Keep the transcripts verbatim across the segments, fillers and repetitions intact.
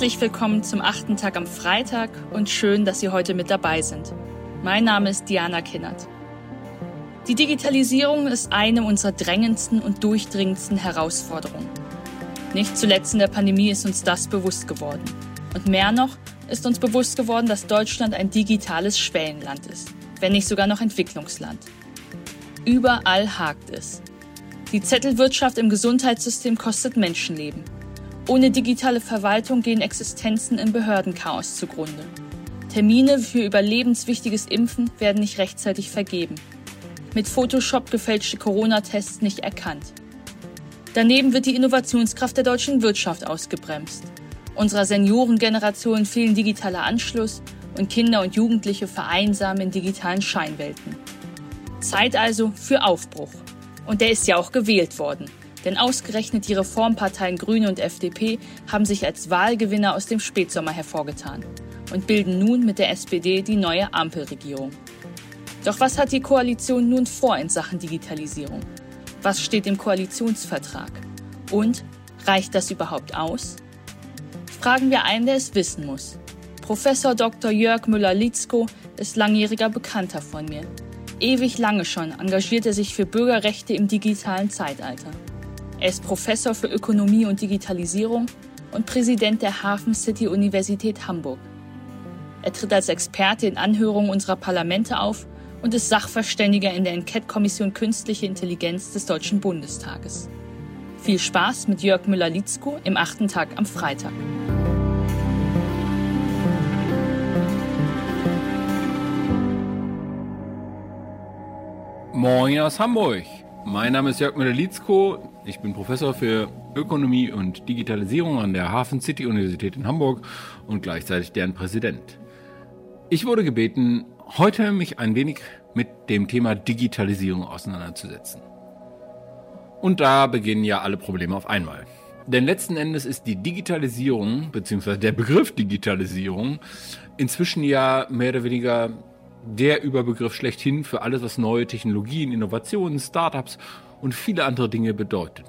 Herzlich willkommen zum achten Tag am Freitag und schön, dass Sie heute mit dabei sind. Mein Name ist Diana Kinnert. Die Digitalisierung ist eine unserer drängendsten und durchdringendsten Herausforderungen. Nicht zuletzt in der Pandemie ist uns das bewusst geworden. Und mehr noch ist uns bewusst geworden, dass Deutschland ein digitales Schwellenland ist, wenn nicht sogar noch Entwicklungsland. Überall hakt es. Die Zettelwirtschaft im Gesundheitssystem kostet Menschenleben. Ohne digitale Verwaltung gehen Existenzen im Behördenchaos zugrunde. Termine für überlebenswichtiges Impfen werden nicht rechtzeitig vergeben. Mit Photoshop gefälschte Corona-Tests nicht erkannt. Daneben wird die Innovationskraft der deutschen Wirtschaft ausgebremst. Unserer Seniorengeneration fehlen digitaler Anschluss und Kinder und Jugendliche vereinsamen in digitalen Scheinwelten. Zeit also für Aufbruch. Und der ist ja auch gewählt worden. Denn ausgerechnet die Reformparteien Grüne und F D P haben sich als Wahlgewinner aus dem Spätsommer hervorgetan und bilden nun mit der S P D die neue Ampelregierung. Doch was hat die Koalition nun vor in Sachen Digitalisierung? Was steht im Koalitionsvertrag? Und reicht das überhaupt aus? Fragen wir einen, der es wissen muss. Professor Doktor Jörg Müller-Litzko ist langjähriger Bekannter von mir. Ewig lange schon engagiert er sich für Bürgerrechte im digitalen Zeitalter. Er ist Professor für Ökonomie und Digitalisierung und Präsident der Hafen City Universität Hamburg. Er tritt als Experte in Anhörungen unserer Parlamente auf und ist Sachverständiger in der Enquete-Kommission Künstliche Intelligenz des Deutschen Bundestages. Viel Spaß mit Jörg Müller-Litzko im achten Tag am Freitag. Moin aus Hamburg. Mein Name ist Jörg Müller-Litzko. Ich bin Professor für Ökonomie und Digitalisierung an der Hafen City Universität in Hamburg und gleichzeitig deren Präsident. Ich wurde gebeten, heute mich ein wenig mit dem Thema Digitalisierung auseinanderzusetzen. Und da beginnen ja alle Probleme auf einmal. Denn letzten Endes ist die Digitalisierung, beziehungsweise der Begriff Digitalisierung, inzwischen ja mehr oder weniger der Überbegriff schlechthin für alles, was neue Technologien, Innovationen, Startups und viele andere Dinge bedeutet.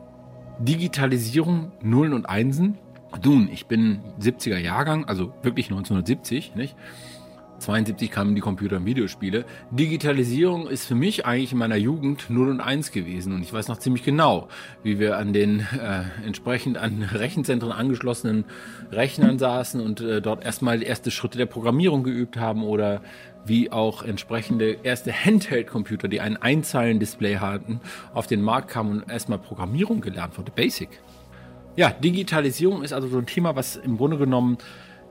Digitalisierung, Nullen und Einsen. Nun, ich bin siebziger Jahrgang, also wirklich neunzehnhundertsiebzig, nicht? zweiundsiebzig kamen die Computer- und Videospiele. Digitalisierung ist für mich eigentlich in meiner Jugend null und eins gewesen. Und ich weiß noch ziemlich genau, wie wir an den äh, entsprechend an Rechenzentren angeschlossenen Rechnern saßen und äh, dort erstmal erste Schritte der Programmierung geübt haben oder wie auch entsprechende erste Handheld-Computer, die ein Einzeilen-Display hatten, auf den Markt kamen und erstmal Programmierung gelernt wurde, Basic. Ja, Digitalisierung ist also so ein Thema, was im Grunde genommen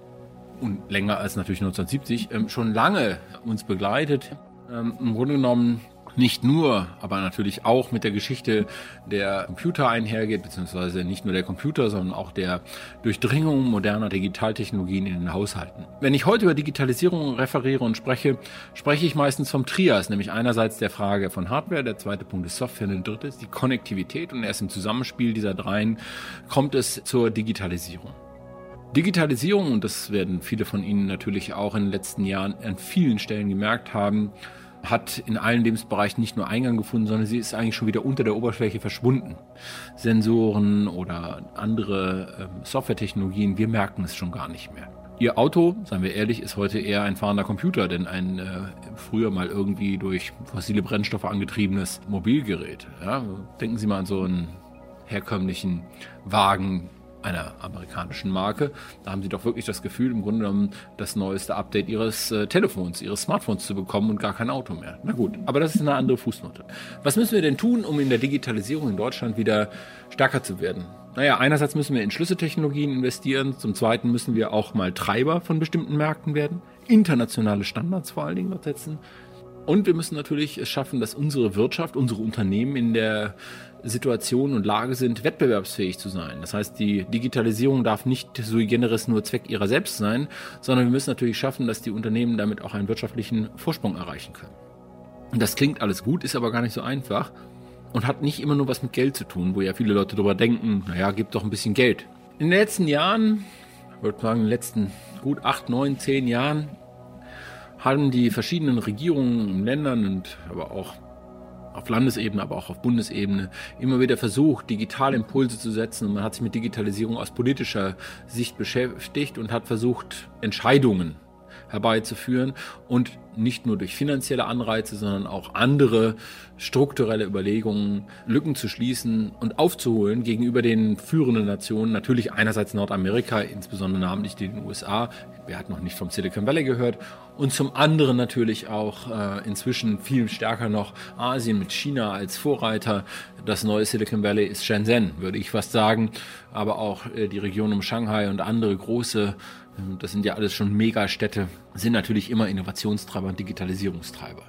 und länger als natürlich neunzehnhundertsiebzig, ähm, schon lange uns begleitet. Ähm, im Grunde genommen nicht nur, aber natürlich auch mit der Geschichte der Computer einhergeht, beziehungsweise nicht nur der Computer, sondern auch der Durchdringung moderner Digitaltechnologien in den Haushalten. Wenn ich heute über Digitalisierung referiere und spreche, spreche ich meistens vom Trias, nämlich einerseits der Frage von Hardware, der zweite Punkt ist Software und der dritte ist die Konnektivität und erst im Zusammenspiel dieser dreien kommt es zur Digitalisierung. Digitalisierung, und das werden viele von Ihnen natürlich auch in den letzten Jahren an vielen Stellen gemerkt haben, hat in allen Lebensbereichen nicht nur Eingang gefunden, sondern sie ist eigentlich schon wieder unter der Oberfläche verschwunden. Sensoren oder andere äh, Softwaretechnologien, wir merken es schon gar nicht mehr. Ihr Auto, seien wir ehrlich, ist heute eher ein fahrender Computer, denn ein äh, früher mal irgendwie durch fossile Brennstoffe angetriebenes Mobilgerät. Ja? Denken Sie mal an so einen herkömmlichen Wagen einer amerikanischen Marke. Da haben Sie doch wirklich das Gefühl, im Grunde genommen das neueste Update Ihres äh, Telefons, Ihres Smartphones zu bekommen und gar kein Auto mehr. Na gut, aber das ist eine andere Fußnote. Was müssen wir denn tun, um in der Digitalisierung in Deutschland wieder stärker zu werden? Naja, einerseits müssen wir in Schlüsseltechnologien investieren, zum Zweiten müssen wir auch mal Treiber von bestimmten Märkten werden, internationale Standards vor allen Dingen dort setzen. Und wir müssen natürlich es schaffen, dass unsere Wirtschaft, unsere Unternehmen in der Situation und Lage sind, wettbewerbsfähig zu sein. Das heißt, die Digitalisierung darf nicht sui generis nur Zweck ihrer selbst sein, sondern wir müssen natürlich schaffen, dass die Unternehmen damit auch einen wirtschaftlichen Vorsprung erreichen können. Und das klingt alles gut, ist aber gar nicht so einfach und hat nicht immer nur was mit Geld zu tun, wo ja viele Leute darüber denken, naja, gib doch ein bisschen Geld. In den letzten Jahren, ich würde sagen, in den letzten gut acht, neun, zehn Jahren haben die verschiedenen Regierungen in Ländern und aber auch auf Landesebene, aber auch auf Bundesebene immer wieder versucht, digitale Impulse zu setzen. Und man hat sich mit Digitalisierung aus politischer Sicht beschäftigt und hat versucht, Entscheidungen herbeizuführen und nicht nur durch finanzielle Anreize, sondern auch andere strukturelle Überlegungen, Lücken zu schließen und aufzuholen gegenüber den führenden Nationen. Natürlich einerseits Nordamerika, insbesondere namentlich den U S A. Wer hat noch nicht vom Silicon Valley gehört? Und zum anderen natürlich auch äh, inzwischen viel stärker noch Asien mit China als Vorreiter. Das neue Silicon Valley ist Shenzhen, würde ich fast sagen. Aber auch äh, die Region um Shanghai und andere große, das sind ja alles schon Megastädte, sind natürlich immer Innovationstreiber und Digitalisierungstreiber.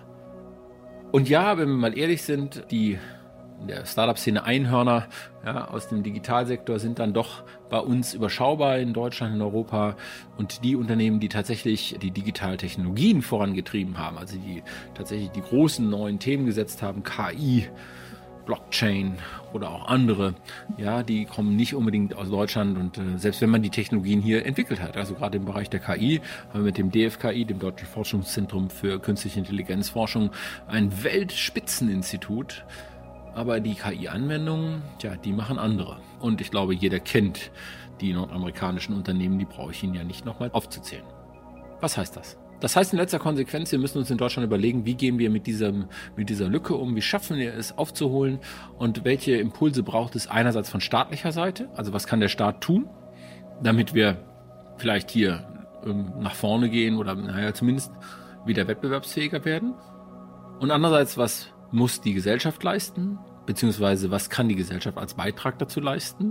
Und ja, wenn wir mal ehrlich sind, die in der Startup-Szene Einhörner ja, aus dem Digitalsektor sind dann doch bei uns überschaubar in Deutschland, in Europa. Und die Unternehmen, die tatsächlich die Digitaltechnologien vorangetrieben haben, also die tatsächlich die großen neuen Themen gesetzt haben, K I, Blockchain oder auch andere, ja, die kommen nicht unbedingt aus Deutschland und äh, selbst wenn man die Technologien hier entwickelt hat, also gerade im Bereich der K I, haben wir mit dem D F K I, dem Deutschen Forschungszentrum für Künstliche Intelligenzforschung, ein Weltspitzeninstitut, aber die K I-Anwendungen, ja, die machen andere. Und ich glaube, jeder kennt die nordamerikanischen Unternehmen, die brauche ich Ihnen ja nicht nochmal aufzuzählen. Was heißt das? Das heißt in letzter Konsequenz, wir müssen uns in Deutschland überlegen, wie gehen wir mit, diesem, mit dieser Lücke um, wie schaffen wir es aufzuholen und welche Impulse braucht es einerseits von staatlicher Seite, also was kann der Staat tun, damit wir vielleicht hier ähm, nach vorne gehen oder naja, zumindest wieder wettbewerbsfähiger werden, und andererseits, was muss die Gesellschaft leisten, beziehungsweise was kann die Gesellschaft als Beitrag dazu leisten,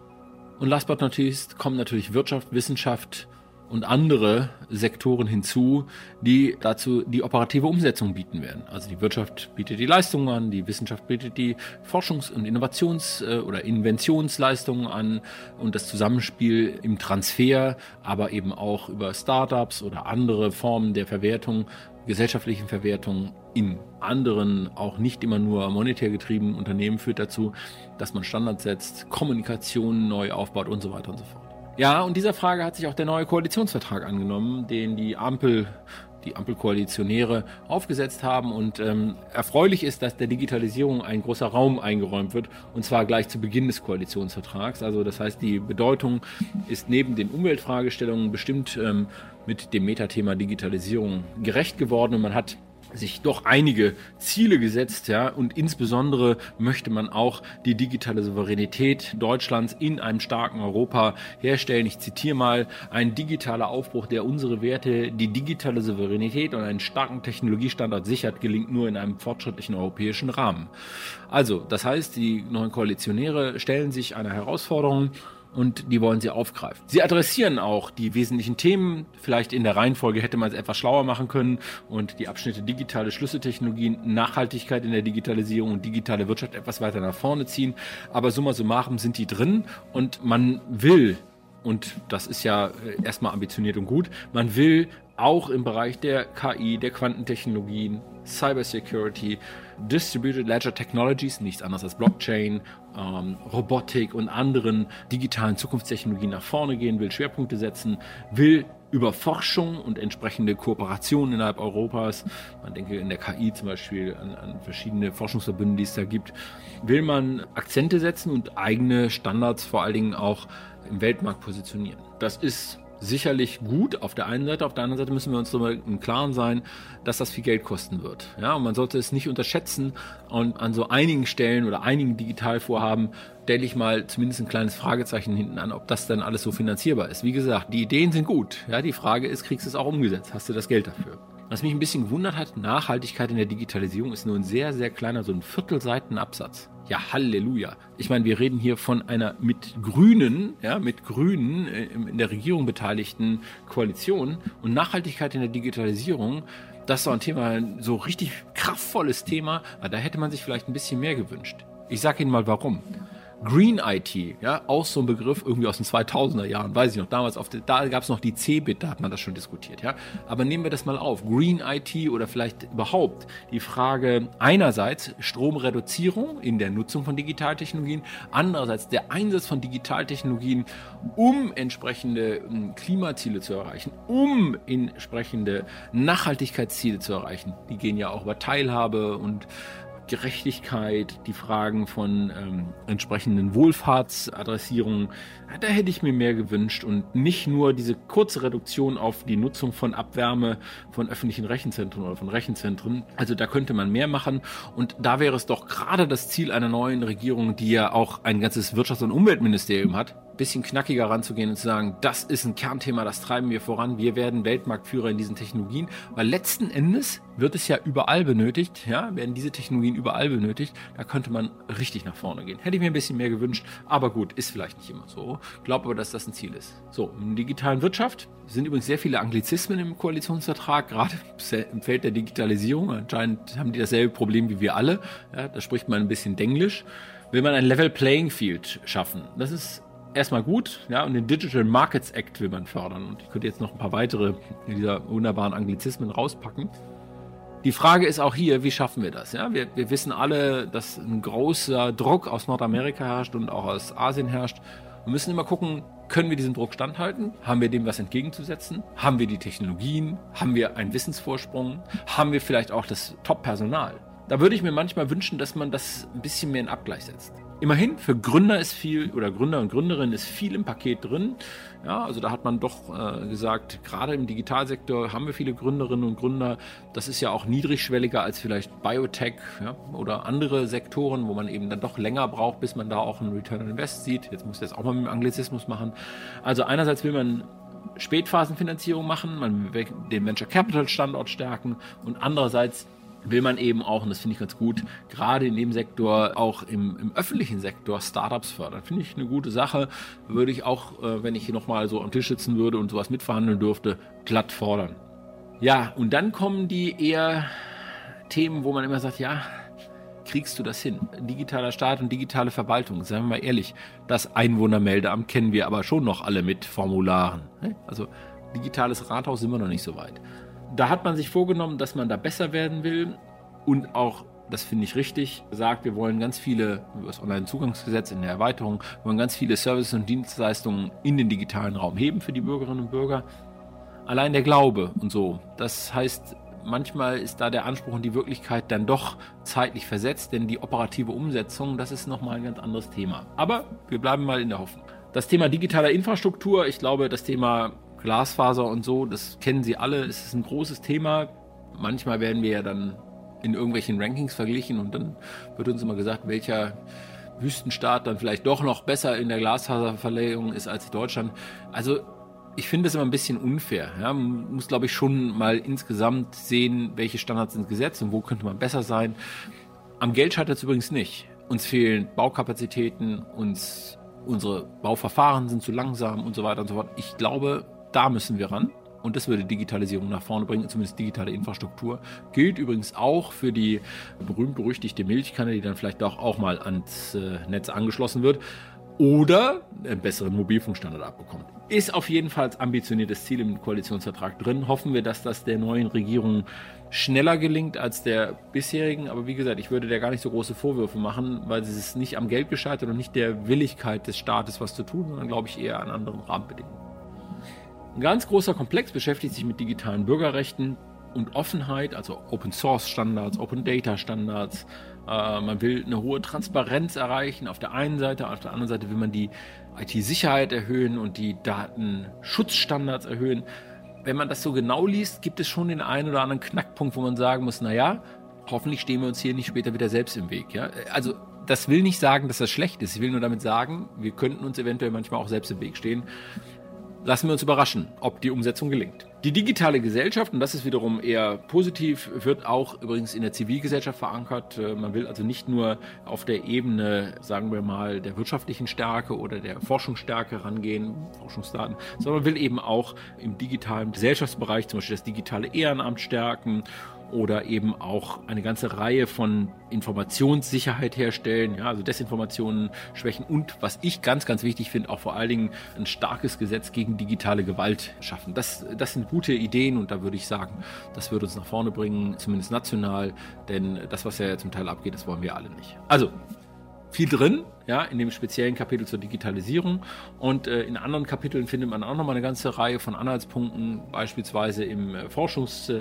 und last but not least kommen natürlich Wirtschaft, Wissenschaft und andere Sektoren hinzu, die dazu die operative Umsetzung bieten werden. Also die Wirtschaft bietet die Leistungen an, die Wissenschaft bietet die Forschungs- und Innovations- oder Inventionsleistungen an und das Zusammenspiel im Transfer, aber eben auch über Startups oder andere Formen der Verwertung, gesellschaftlichen Verwertung in anderen, auch nicht immer nur monetär getriebenen Unternehmen führt dazu, dass man Standards setzt, Kommunikation neu aufbaut und so weiter und so fort. Ja, und dieser Frage hat sich auch der neue Koalitionsvertrag angenommen, den die Ampel, die Ampelkoalitionäre aufgesetzt haben. Und ähm, erfreulich ist, dass der Digitalisierung ein großer Raum eingeräumt wird, und zwar gleich zu Beginn des Koalitionsvertrags. Also das heißt, die Bedeutung ist neben den Umweltfragestellungen bestimmt ähm, mit dem Metathema Digitalisierung gerecht geworden, und man hat sich doch einige Ziele gesetzt, ja, und insbesondere möchte man auch die digitale Souveränität Deutschlands in einem starken Europa herstellen. Ich zitiere mal: ein digitaler Aufbruch, der unsere Werte, die digitale Souveränität und einen starken Technologiestandard sichert, gelingt nur in einem fortschrittlichen europäischen Rahmen. Also, das heißt, die neuen Koalitionäre stellen sich einer Herausforderung, und die wollen sie aufgreifen. Sie adressieren auch die wesentlichen Themen. Vielleicht in der Reihenfolge hätte man es etwas schlauer machen können und die Abschnitte digitale Schlüsseltechnologien, Nachhaltigkeit in der Digitalisierung und digitale Wirtschaft etwas weiter nach vorne ziehen. Aber summa summarum sind die drin, und man will, und das ist ja erstmal ambitioniert und gut, man will auch im Bereich der K I, der Quantentechnologien, Cybersecurity, Distributed Ledger Technologies, nichts anderes als Blockchain, ähm, Robotik und anderen digitalen Zukunftstechnologien nach vorne gehen, will Schwerpunkte setzen, will über Forschung und entsprechende Kooperationen innerhalb Europas, man denke in der K I zum Beispiel an, an verschiedene Forschungsverbünde, die es da gibt, will man Akzente setzen und eigene Standards vor allen Dingen auch im Weltmarkt positionieren. Das ist sicherlich gut auf der einen Seite, auf der anderen Seite müssen wir uns darüber im Klaren sein, dass das viel Geld kosten wird. Ja, und man sollte es nicht unterschätzen, und an so einigen Stellen oder einigen Digitalvorhaben stelle ich mal zumindest ein kleines Fragezeichen hinten an, ob das dann alles so finanzierbar ist. Wie gesagt, die Ideen sind gut. Ja, die Frage ist, kriegst du es auch umgesetzt? Hast du das Geld dafür? Was mich ein bisschen gewundert hat, Nachhaltigkeit in der Digitalisierung ist nur ein sehr, sehr kleiner, so ein Viertelseitenabsatz. Ja, Halleluja. Ich meine, wir reden hier von einer mit Grünen, ja, mit Grünen in der Regierung beteiligten Koalition, und Nachhaltigkeit in der Digitalisierung, das ist so ein Thema, so richtig kraftvolles Thema, aber da hätte man sich vielleicht ein bisschen mehr gewünscht. Ich sage Ihnen mal warum. Green I T, ja, auch so ein Begriff irgendwie aus den zweitausender Jahren, weiß ich noch, damals auf der, da gab es noch die C-Bit, da hat man das schon diskutiert, ja. Aber nehmen wir das mal auf, Green I T oder vielleicht überhaupt die Frage einerseits Stromreduzierung in der Nutzung von Digitaltechnologien, andererseits der Einsatz von Digitaltechnologien, um entsprechende Klimaziele zu erreichen, um entsprechende Nachhaltigkeitsziele zu erreichen. Die gehen ja auch über Teilhabe und Gerechtigkeit, die Fragen von ähm, entsprechenden Wohlfahrtsadressierungen, ja, da hätte ich mir mehr gewünscht und nicht nur diese kurze Reduktion auf die Nutzung von Abwärme von öffentlichen Rechenzentren oder von Rechenzentren. Also da könnte man mehr machen und da wäre es doch gerade das Ziel einer neuen Regierung, die ja auch ein ganzes Wirtschafts- und Umweltministerium hat, ein bisschen knackiger ranzugehen und zu sagen, das ist ein Kernthema, das treiben wir voran, wir werden Weltmarktführer in diesen Technologien, weil letzten Endes wird es ja überall benötigt, ja, werden diese Technologien überall benötigt, da könnte man richtig nach vorne gehen. Hätte ich mir ein bisschen mehr gewünscht, aber gut, ist vielleicht nicht immer so. Ich glaube aber, dass das ein Ziel ist. So, in der digitalen Wirtschaft sind übrigens sehr viele Anglizismen im Koalitionsvertrag, gerade im Feld der Digitalisierung. Anscheinend haben die dasselbe Problem wie wir alle. Ja, da spricht man ein bisschen Denglisch. Will man ein Level Playing Field schaffen. Das ist erstmal gut, ja, und den Digital Markets Act will man fördern. Und ich könnte jetzt noch ein paar weitere dieser wunderbaren Anglizismen rauspacken. Die Frage ist auch hier, wie schaffen wir das? Ja, wir, wir wissen alle, dass ein großer Druck aus Nordamerika herrscht und auch aus Asien herrscht. Wir müssen immer gucken, können wir diesem Druck standhalten? Haben wir dem was entgegenzusetzen? Haben wir die Technologien? Haben wir einen Wissensvorsprung? Haben wir vielleicht auch das Top-Personal? Da würde ich mir manchmal wünschen, dass man das ein bisschen mehr in Abgleich setzt. Immerhin, für Gründer ist viel, oder Gründer und Gründerinnen ist viel im Paket drin. Ja, also da hat man doch äh, gesagt, gerade im Digitalsektor haben wir viele Gründerinnen und Gründer. Das ist ja auch niedrigschwelliger als vielleicht Biotech, ja, oder andere Sektoren, wo man eben dann doch länger braucht, bis man da auch einen Return on Invest sieht. Jetzt muss ich das auch mal mit dem Anglizismus machen. Also einerseits will man Spätphasenfinanzierung machen, man will den Venture Capital Standort stärken und andererseits will man eben auch, und das finde ich ganz gut, gerade in dem Sektor, auch im, im öffentlichen Sektor Startups fördern. Finde ich eine gute Sache. Würde ich auch, äh, wenn ich hier nochmal so am Tisch sitzen würde und sowas mitverhandeln dürfte, glatt fordern. Ja, und dann kommen die eher Themen, wo man immer sagt, ja, kriegst du das hin? Digitaler Staat und digitale Verwaltung, seien wir mal ehrlich, das Einwohnermeldeamt kennen wir aber schon noch alle mit Formularen. Also digitales Rathaus sind wir noch nicht so weit. Da hat man sich vorgenommen, dass man da besser werden will und auch, das finde ich richtig, sagt, wir wollen ganz viele, über das Onlinezugangsgesetz in der Erweiterung, wir wollen ganz viele Services und Dienstleistungen in den digitalen Raum heben für die Bürgerinnen und Bürger. Allein der Glaube und so, das heißt, manchmal ist da der Anspruch und die Wirklichkeit dann doch zeitlich versetzt, denn die operative Umsetzung, das ist nochmal ein ganz anderes Thema. Aber wir bleiben mal in der Hoffnung. Das Thema digitaler Infrastruktur, ich glaube, das Thema Glasfaser und so, das kennen Sie alle, es ist ein großes Thema. Manchmal werden wir ja dann in irgendwelchen Rankings verglichen und dann wird uns immer gesagt, welcher Wüstenstaat dann vielleicht doch noch besser in der Glasfaserverlegung ist als Deutschland. Also ich finde es immer ein bisschen unfair. Ja? Man muss, glaube ich, schon mal insgesamt sehen, welche Standards sind gesetzt und wo könnte man besser sein. Am Geld scheitert es übrigens nicht. Uns fehlen Baukapazitäten, uns, unsere Bauverfahren sind zu langsam und so weiter und so fort. Ich glaube, da müssen wir ran und das würde Digitalisierung nach vorne bringen, zumindest digitale Infrastruktur. Gilt übrigens auch für die berühmt-berüchtigte Milchkanne, die dann vielleicht doch auch mal ans äh, Netz angeschlossen wird oder einen besseren Mobilfunkstandard abbekommt. Ist auf jeden Fall ein ambitioniertes Ziel im Koalitionsvertrag drin. Hoffen wir, dass das der neuen Regierung schneller gelingt als der bisherigen. Aber wie gesagt, ich würde der gar nicht so große Vorwürfe machen, weil es ist nicht am Geld gescheitert und nicht der Willigkeit des Staates, was zu tun, sondern glaube ich eher an anderen Rahmenbedingungen. Ein ganz großer Komplex beschäftigt sich mit digitalen Bürgerrechten und Offenheit, also Open-Source-Standards, Open-Data-Standards. Äh, man will eine hohe Transparenz erreichen auf der einen Seite, auf der anderen Seite will man die I T-Sicherheit erhöhen und die Datenschutzstandards erhöhen. Wenn man das so genau liest, gibt es schon den einen oder anderen Knackpunkt, wo man sagen muss, naja, hoffentlich stehen wir uns hier nicht später wieder selbst im Weg. Ja? Also das will nicht sagen, dass das schlecht ist. Ich will nur damit sagen, wir könnten uns eventuell manchmal auch selbst im Weg stehen. Lassen wir uns überraschen, ob die Umsetzung gelingt. Die digitale Gesellschaft, und das ist wiederum eher positiv, wird auch übrigens in der Zivilgesellschaft verankert. Man will also nicht nur auf der Ebene, sagen wir mal, der wirtschaftlichen Stärke oder der Forschungsstärke rangehen, Forschungsdaten, sondern will eben auch im digitalen Gesellschaftsbereich zum Beispiel das digitale Ehrenamt stärken oder eben auch eine ganze Reihe von Informationssicherheit herstellen, ja, also Desinformationen schwächen und, was ich ganz, ganz wichtig finde, auch vor allen Dingen ein starkes Gesetz gegen digitale Gewalt schaffen. Das, das sind gute Ideen und da würde ich sagen, das würde uns nach vorne bringen, zumindest national, denn das, was ja zum Teil abgeht, das wollen wir alle nicht. Also, viel drin, ja, in dem speziellen Kapitel zur Digitalisierung und äh, in anderen Kapiteln findet man auch nochmal eine ganze Reihe von Anhaltspunkten, beispielsweise im äh, Forschungs-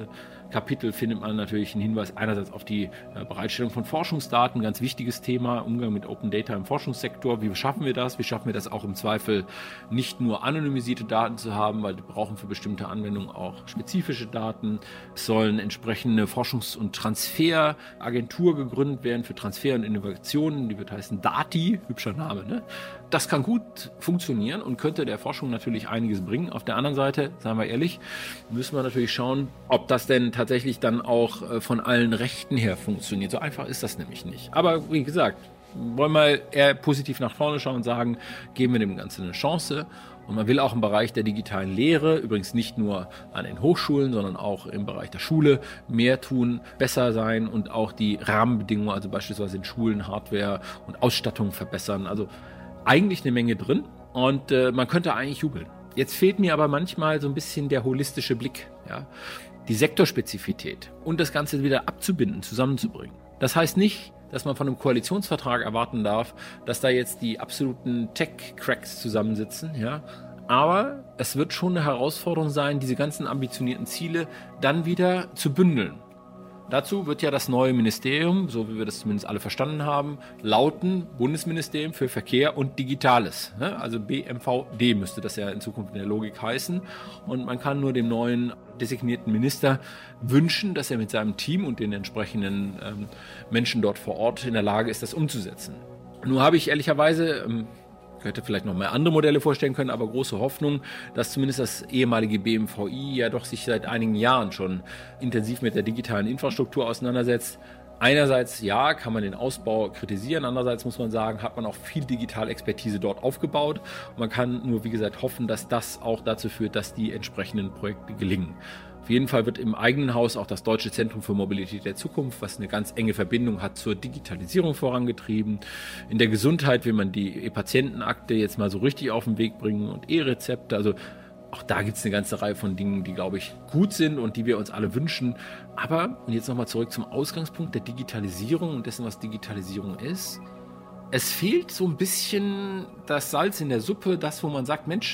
Kapitel findet man natürlich einen Hinweis einerseits auf die äh, Bereitstellung von Forschungsdaten, ganz wichtiges Thema, Umgang mit Open Data im Forschungssektor. Wie schaffen wir das? Wie schaffen wir das auch im Zweifel nicht nur anonymisierte Daten zu haben, weil wir brauchen für bestimmte Anwendungen auch spezifische Daten. Es sollen entsprechende Forschungs- und Transferagentur gegründet werden für Transfer und Innovationen, die wird heißen DATI, hübscher Name, ne? Das kann gut funktionieren und könnte der Forschung natürlich einiges bringen. Auf der anderen Seite, sagen wir ehrlich, müssen wir natürlich schauen, ob das denn tatsächlich dann auch von allen Rechten her funktioniert. So einfach ist das nämlich nicht. Aber wie gesagt, wollen wir eher positiv nach vorne schauen und sagen, geben wir dem Ganzen eine Chance. Und man will auch im Bereich der digitalen Lehre, übrigens nicht nur an den Hochschulen, sondern auch im Bereich der Schule, mehr tun, besser sein und auch die Rahmenbedingungen, also beispielsweise in Schulen, Hardware und Ausstattung verbessern. Also eigentlich eine Menge drin und äh, man könnte eigentlich jubeln. Jetzt fehlt mir aber manchmal so ein bisschen der holistische Blick, ja, die Sektorspezifität und das Ganze wieder abzubinden, zusammenzubringen. Das heißt nicht, dass man von einem Koalitionsvertrag erwarten darf, dass da jetzt die absoluten Tech-Cracks zusammensitzen, ja. Aber es wird schon eine Herausforderung sein, diese ganzen ambitionierten Ziele dann wieder zu bündeln. Dazu wird ja das neue Ministerium, so wie wir das zumindest alle verstanden haben, lauten Bundesministerium für Verkehr und Digitales. Also B M V D müsste das ja in Zukunft in der Logik heißen. Und man kann nur dem neuen designierten Minister wünschen, dass er mit seinem Team und den entsprechenden ähm, Menschen dort vor Ort in der Lage ist, das umzusetzen. Nur habe ich ehrlicherweise... Ähm, Ich hätte vielleicht noch mal andere Modelle vorstellen können, aber große Hoffnung, dass zumindest das ehemalige B M V I ja doch sich seit einigen Jahren schon intensiv mit der digitalen Infrastruktur auseinandersetzt. Einerseits, ja, kann man den Ausbau kritisieren, andererseits muss man sagen, hat man auch viel Digitalexpertise dort aufgebaut. Und man kann nur, wie gesagt, hoffen, dass das auch dazu führt, dass die entsprechenden Projekte gelingen. Auf jeden Fall wird im eigenen Haus auch das Deutsche Zentrum für Mobilität der Zukunft, was eine ganz enge Verbindung hat zur Digitalisierung, vorangetrieben. In der Gesundheit will man die E-Patientenakte jetzt mal so richtig auf den Weg bringen und E-Rezepte. Also auch da gibt es eine ganze Reihe von Dingen, die, glaube ich, gut sind und die wir uns alle wünschen. Aber, und jetzt nochmal zurück zum Ausgangspunkt der Digitalisierung und dessen, was Digitalisierung ist. Es fehlt so ein bisschen das Salz in der Suppe, das, wo man sagt, Mensch,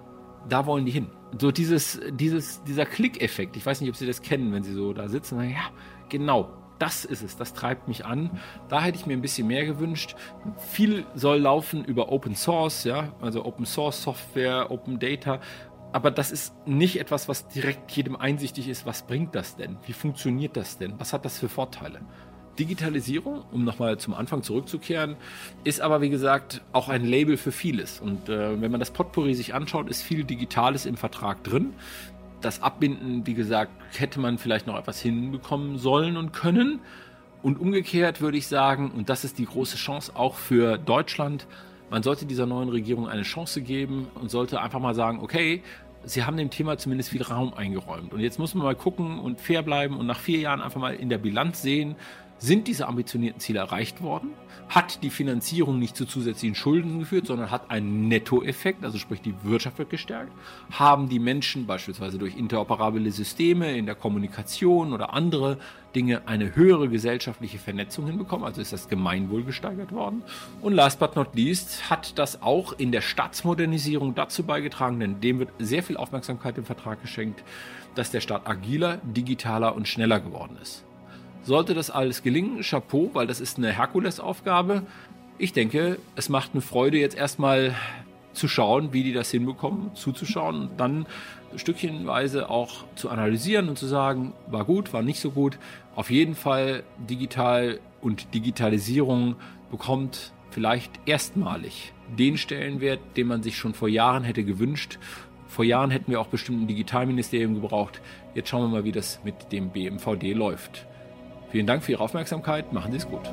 da wollen die hin. So dieses, dieses, dieser Klickeffekt, ich weiß nicht, ob Sie das kennen, wenn Sie so da sitzen und sagen, ja, genau, das ist es, das treibt mich an. Da hätte ich mir ein bisschen mehr gewünscht. Viel soll laufen über Open Source, ja, also Open Source Software, Open Data. Aber das ist nicht etwas, was direkt jedem einsichtig ist. Was bringt das denn? Wie funktioniert das denn? Was hat das für Vorteile? Digitalisierung, um nochmal zum Anfang zurückzukehren, ist aber, wie gesagt, auch ein Label für vieles. Und äh, wenn man das Potpourri sich anschaut, ist viel Digitales im Vertrag drin. Das Abbinden, wie gesagt, hätte man vielleicht noch etwas hinbekommen sollen und können. Und umgekehrt würde ich sagen, und das ist die große Chance auch für Deutschland, man sollte dieser neuen Regierung eine Chance geben und sollte einfach mal sagen, okay, Sie haben dem Thema zumindest viel Raum eingeräumt. Und jetzt muss man mal gucken und fair bleiben und nach vier Jahren einfach mal in der Bilanz sehen, sind diese ambitionierten Ziele erreicht worden? Hat die Finanzierung nicht zu zusätzlichen Schulden geführt, sondern hat einen Nettoeffekt, also sprich die Wirtschaft wird gestärkt? Haben die Menschen beispielsweise durch interoperable Systeme in der Kommunikation oder andere Dinge eine höhere gesellschaftliche Vernetzung hinbekommen? Also ist das Gemeinwohl gesteigert worden? Und last but not least hat das auch in der Staatsmodernisierung dazu beigetragen, denn dem wird sehr viel Aufmerksamkeit im Vertrag geschenkt, dass der Staat agiler, digitaler und schneller geworden ist. Sollte das alles gelingen, Chapeau, weil das ist eine Herkulesaufgabe. Ich denke, es macht eine Freude, jetzt erstmal zu schauen, wie die das hinbekommen, zuzuschauen und dann stückchenweise auch zu analysieren und zu sagen, war gut, war nicht so gut. Auf jeden Fall digital und Digitalisierung bekommt vielleicht erstmalig den Stellenwert, den man sich schon vor Jahren hätte gewünscht. Vor Jahren hätten wir auch bestimmt ein Digitalministerium gebraucht. Jetzt schauen wir mal, wie das mit dem B M V D läuft. Vielen Dank für Ihre Aufmerksamkeit. Machen Sie es gut.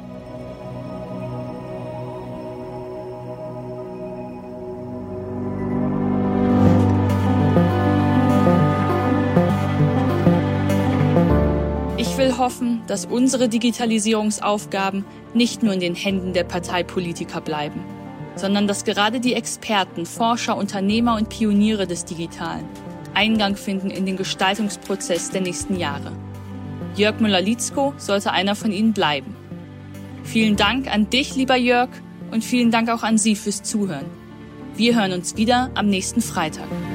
Ich will hoffen, dass unsere Digitalisierungsaufgaben nicht nur in den Händen der Parteipolitiker bleiben, sondern dass gerade die Experten, Forscher, Unternehmer und Pioniere des Digitalen Eingang finden in den Gestaltungsprozess der nächsten Jahre. Jörg Müller-Lietzko sollte einer von ihnen bleiben. Vielen Dank an dich, lieber Jörg, und vielen Dank auch an Sie fürs Zuhören. Wir hören uns wieder am nächsten Freitag.